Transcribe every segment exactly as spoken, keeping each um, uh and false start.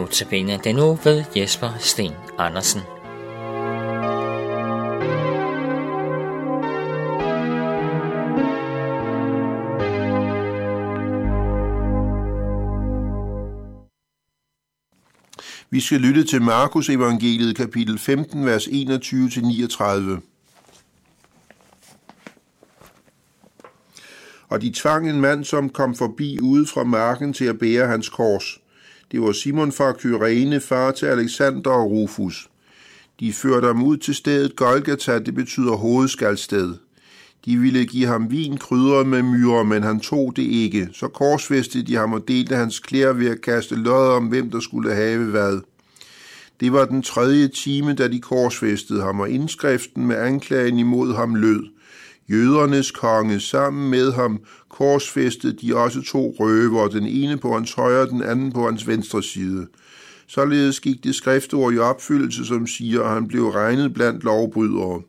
Notabene den nu ved Jesper Sten Andersen. Vi skal lytte til Markus evangeliet kapitel femten, vers enogtyve til niogtredive. Og de tvang en mand, som kom forbi ude fra marken til at bære hans kors. Det var Simon fra Kyrene, far til Alexander og Rufus. De førte ham ud til stedet Golgata, det betyder hovedskaldsted. De ville give ham vin krydret med myrer, men han tog det ikke. Så korsfæstede de ham og delte hans klæder ved at kaste lod om, hvem der skulle have hvad. Det var den tredje time, da de korsfæstede ham, og indskriften med anklagen imod ham lød: Jødernes konge. Sammen med ham korsfæstede de også to røvere, den ene på hans højre, den anden på hans venstre side. Således gik det skriftord i opfyldelse, som siger, at han blev regnet blandt lovbrydere.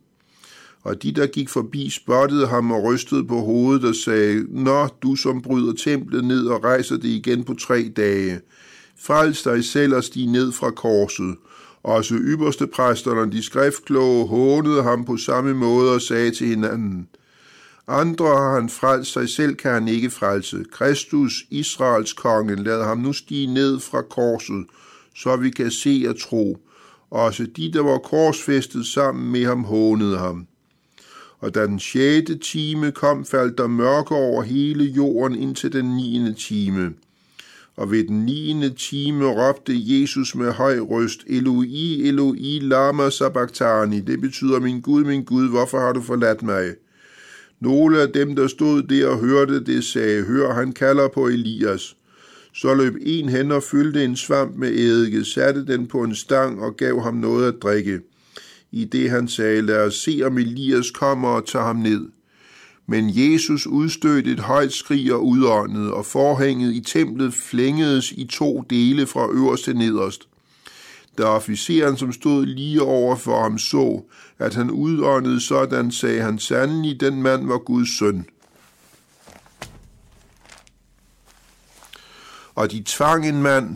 Og de, der gik forbi, spottede ham og rystede på hovedet og sagde: Nå, du som bryder templet ned og rejser det igen på tre dage. Frels dig selv og stig ned fra korset. Også ypperste præsterne, de skriftkloge, hånede ham på samme måde og sagde til hinanden: Andre har han frelst, sig selv kan han ikke frelse. Kristus, Israels konge, lad ham nu stige ned fra korset, så vi kan se og tro. Også de, der var korsfæstet sammen med ham, hånede ham. Og da den sjette time kom, faldt der mørke over hele jorden indtil den niende time. Og ved den niende time råbte Jesus med høj røst: Eloi, Eloi, lama sabachthani. Det betyder: Min Gud, min Gud, hvorfor har du forladt mig? Nogle af dem, der stod der og hørte det, sagde: Hør, han kalder på Elias. Så løb en hen og fyldte en svamp med eddike, satte den på en stang og gav ham noget at drikke. I det han sagde: Lad os se, om Elias kommer og tager ham ned. Men Jesus udstødte et højt skrig og udåndede, og forhænget i templet flængedes i to dele fra øverst til nederst. Da officeren, som stod lige over for ham, så, at han udåndede sådan, sagde han: Sandelig, den mand var Guds søn. Og de tvang en mand,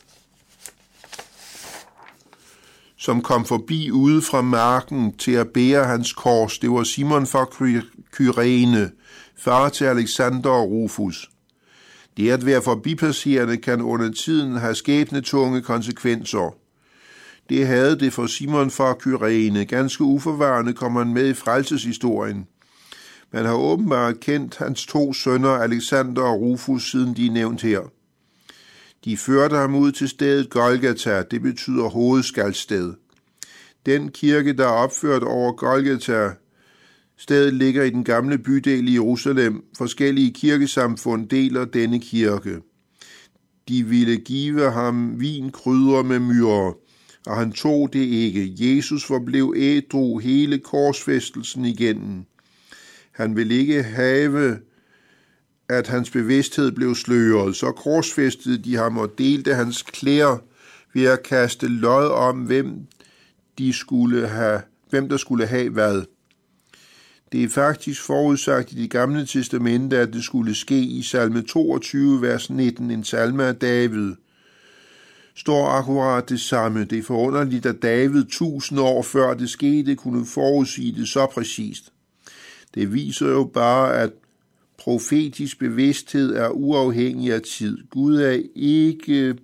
som kom forbi ude fra marken til at bære hans kors. Det var Simon fra Kyrene, far til Alexander og Rufus. Det at være forbipasserende kan under tiden have skæbnetunge konsekvenser. Det havde det for Simon fra Kyrene. Ganske uforvarende kom han med i frelseshistorien. Man har åbenbart kendt hans to sønner, Alexander og Rufus, siden de er nævnt her. De førte ham ud til stedet Golgata, det betyder hovedskaldsted. Den kirke, der er opført over Golgata, stedet ligger i den gamle bydel i Jerusalem. Forskellige kirkesamfund deler denne kirke. De ville give ham vin krydret med myrer, og han tog det ikke. Jesus forblev ædru hele korsfæstelsen igennem. Han ville ikke have, at hans bevidsthed blev sløret. Så korsfæstede de ham og delte hans klæder ved at kaste lod om, hvem, de skulle have, hvem der skulle have hvad. Det er faktisk forudsagt i Det Gamle Testamente, at det skulle ske i salme toogtyve, vers nitten, en salme af David. Står akkurat det samme. Det er forunderligt, at David tusind år før det skete kunne forudsige det så præcist. Det viser jo bare, at profetisk bevidsthed er uafhængig af tid. Gud er ikke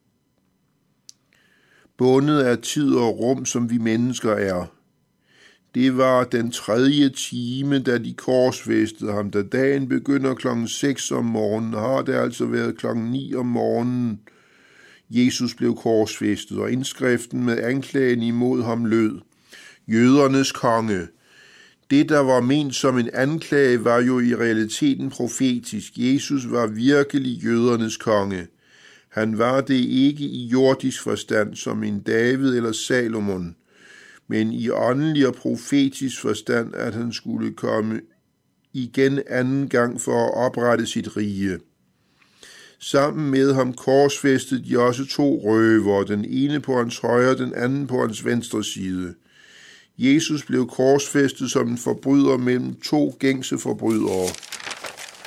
bundet af tid og rum, som vi mennesker er. Det var den tredje time, da de korsfæstede ham. Da dagen begynder klokken seks om morgenen, har det altså været klokken ni om morgenen, Jesus blev korsfæstet, og indskriften med anklagen imod ham lød: Jødernes konge. Det, der var ment som en anklage, var jo i realiteten profetisk. Jesus var virkelig jødernes konge. Han var det ikke i jordisk forstand som en David eller Salomon, men i åndelig og profetisk forstand, at han skulle komme igen anden gang for at oprette sit rige. Sammen med ham korsfæstede de også to røvere, den ene på hans højre, den anden på hans venstre side. Jesus blev korsfæstet som en forbryder mellem to gængse forbrydere.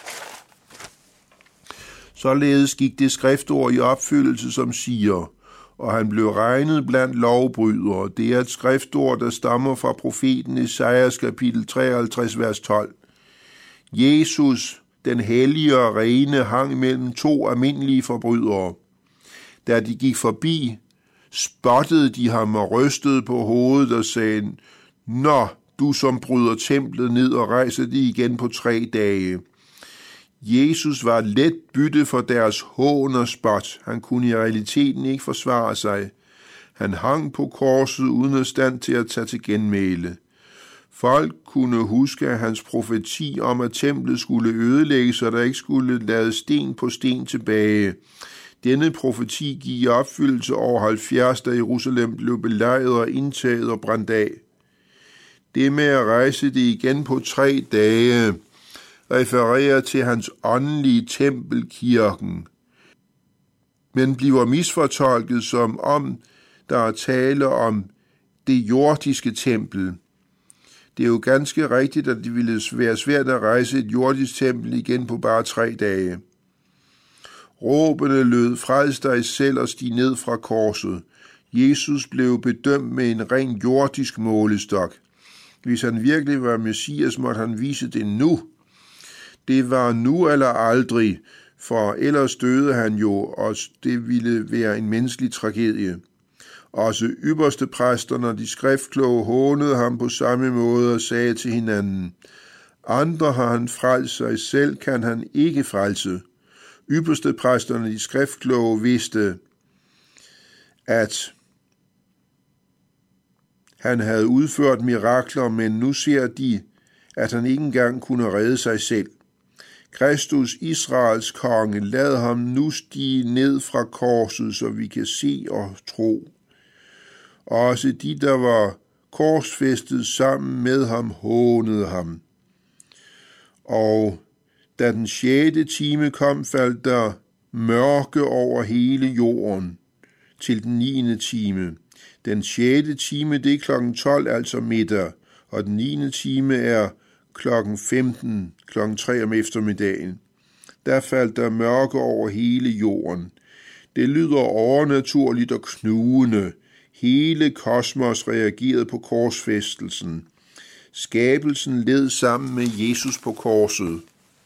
Således gik det skriftord i opfyldelse, som siger: og han blev regnet blandt lovbrydere. Det er et skriftord, der stammer fra profeten Esajas kapitel treoghalvtreds, vers tolv. Jesus, den hellige og rene, hang mellem to almindelige forbrydere. Da de gik forbi, spottede de ham og rystede på hovedet og sagde, Nå, du som bryder templet ned og rejser det igen på tre dage. Jesus var let bytte for deres hån og spot. Han kunne i realiteten ikke forsvare sig. Han hang på korset uden at stand til at tage til genmæle. Folk kunne huske hans profeti om, at templet skulle ødelægges, og der ikke skulle lade sten på sten tilbage. Denne profeti gik i opfyldelse over halvfjerds, da Jerusalem blev belejret og indtaget og brændt af. Det med at rejse det igen på tre dage refererer til hans åndelige tempel, kirken, men bliver misfortolket som om der er tale om det jordiske tempel. Det er jo ganske rigtigt, at det ville være svært at rejse et jordisk tempel igen på bare tre dage. Råbene lød, frels dig selv og stig ned fra korset. Jesus blev bedømt med en ren jordisk målestok. Hvis han virkelig var Messias, måtte han vise det nu. Det var nu eller aldrig, for ellers døde han jo, og det ville være en menneskelig tragedie. Også ypperste præsterne og de skriftkloge hånede ham på samme måde og sagde til hinanden, andre har han frelst, sig selv kan han ikke frelse. Ypperste præsterne og de skriftkloge vidste, at han havde udført mirakler, men nu ser de, at han ikke engang kunne redde sig selv. Kristus, Israels konge, lad ham nu stige ned fra korset, så vi kan se og tro. Også de, der var korsfæstet sammen med ham, hånede ham. Og da den sjette time kom, faldt der mørke over hele jorden til den niende time. Den sjette time, det er klokken tolv, altså middag, og den niende time er klokken femten, klokken tre om eftermiddagen. Der faldt der mørke over hele jorden. Det lyder overnaturligt og knugende. Hele kosmos reagerede på korsfæstelsen. Skabelsen led sammen med Jesus på korset.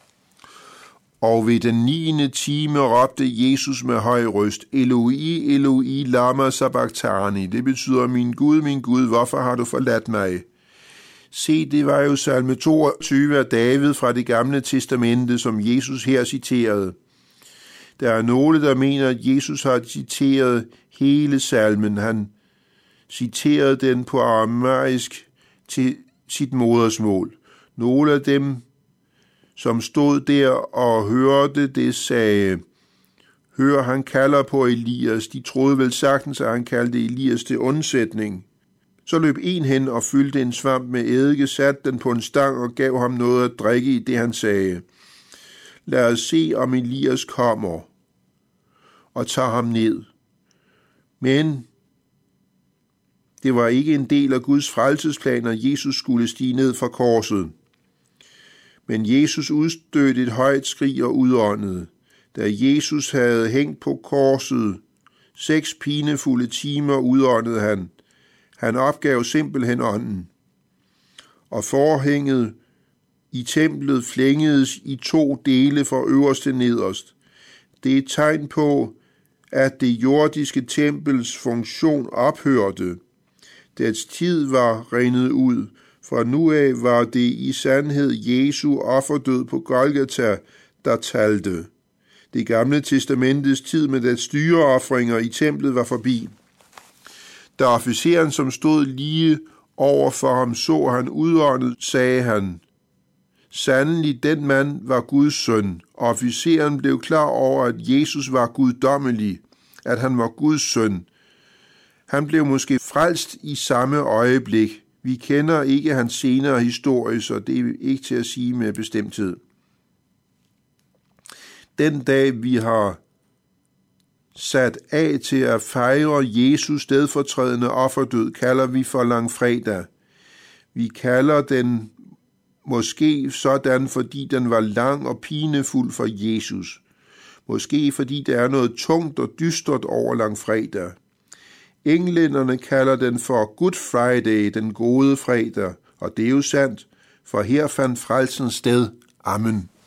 Og ved den niende time råbte Jesus med høj røst, Eloi, Eloi, lama sabachthani. Det betyder, min Gud, min Gud, hvorfor har du forladt mig? Se, det var jo salme toogtyve af David fra det gamle testamente, som Jesus her citerede. Der er nogle, der mener, at Jesus har citeret hele salmen. Han citerede den på aramæisk til sit modersmål. Nogle af dem, som stod der og hørte det, sagde, hør, han kalder på Elias. De troede vel sagtens, at han kaldte Elias til undsætning. Så løb en hen og fyldte en svamp med eddike, satte den på en stang og gav ham noget at drikke i det, han sagde. Lad os se, om Elias kommer og tager ham ned. Men det var ikke en del af Guds frelsesplan, at Jesus skulle stige ned fra korset. Men Jesus udstødte et højt skrig og udåndede. Da Jesus havde hængt på korset seks pinefulde timer, udåndede han. Han opgav simpelthen ånden. Og forhænget i templet flængedes i to dele fra øverst til nederst. Det er et tegn på, at det jordiske tempels funktion ophørte. Dets tid var rendet ud. Fra nu af var det i sandhed Jesu offerdød på Golgata, der talte. Det gamle testamentets tid med dets dyreofringer i templet var forbi. Da officeren, som stod lige over for ham, så han udåndet, sagde han, sandelig, den mand var Guds søn. Officeren blev klar over, at Jesus var guddommelig, at han var Guds søn. Han blev måske frelst i samme øjeblik. Vi kender ikke hans senere historie, så det er ikke til at sige med bestemthed. Den dag, vi har sat af til at fejre Jesus stedfortrædende offerdød, kalder vi for langfredag. Vi kalder den måske sådan, fordi den var lang og pinefuld for Jesus. Måske fordi der er noget tungt og dystert over langfredag. Englænderne kalder den for Good Friday, den gode fredag, og det er jo sandt, for her fandt frelsen sted. Amen.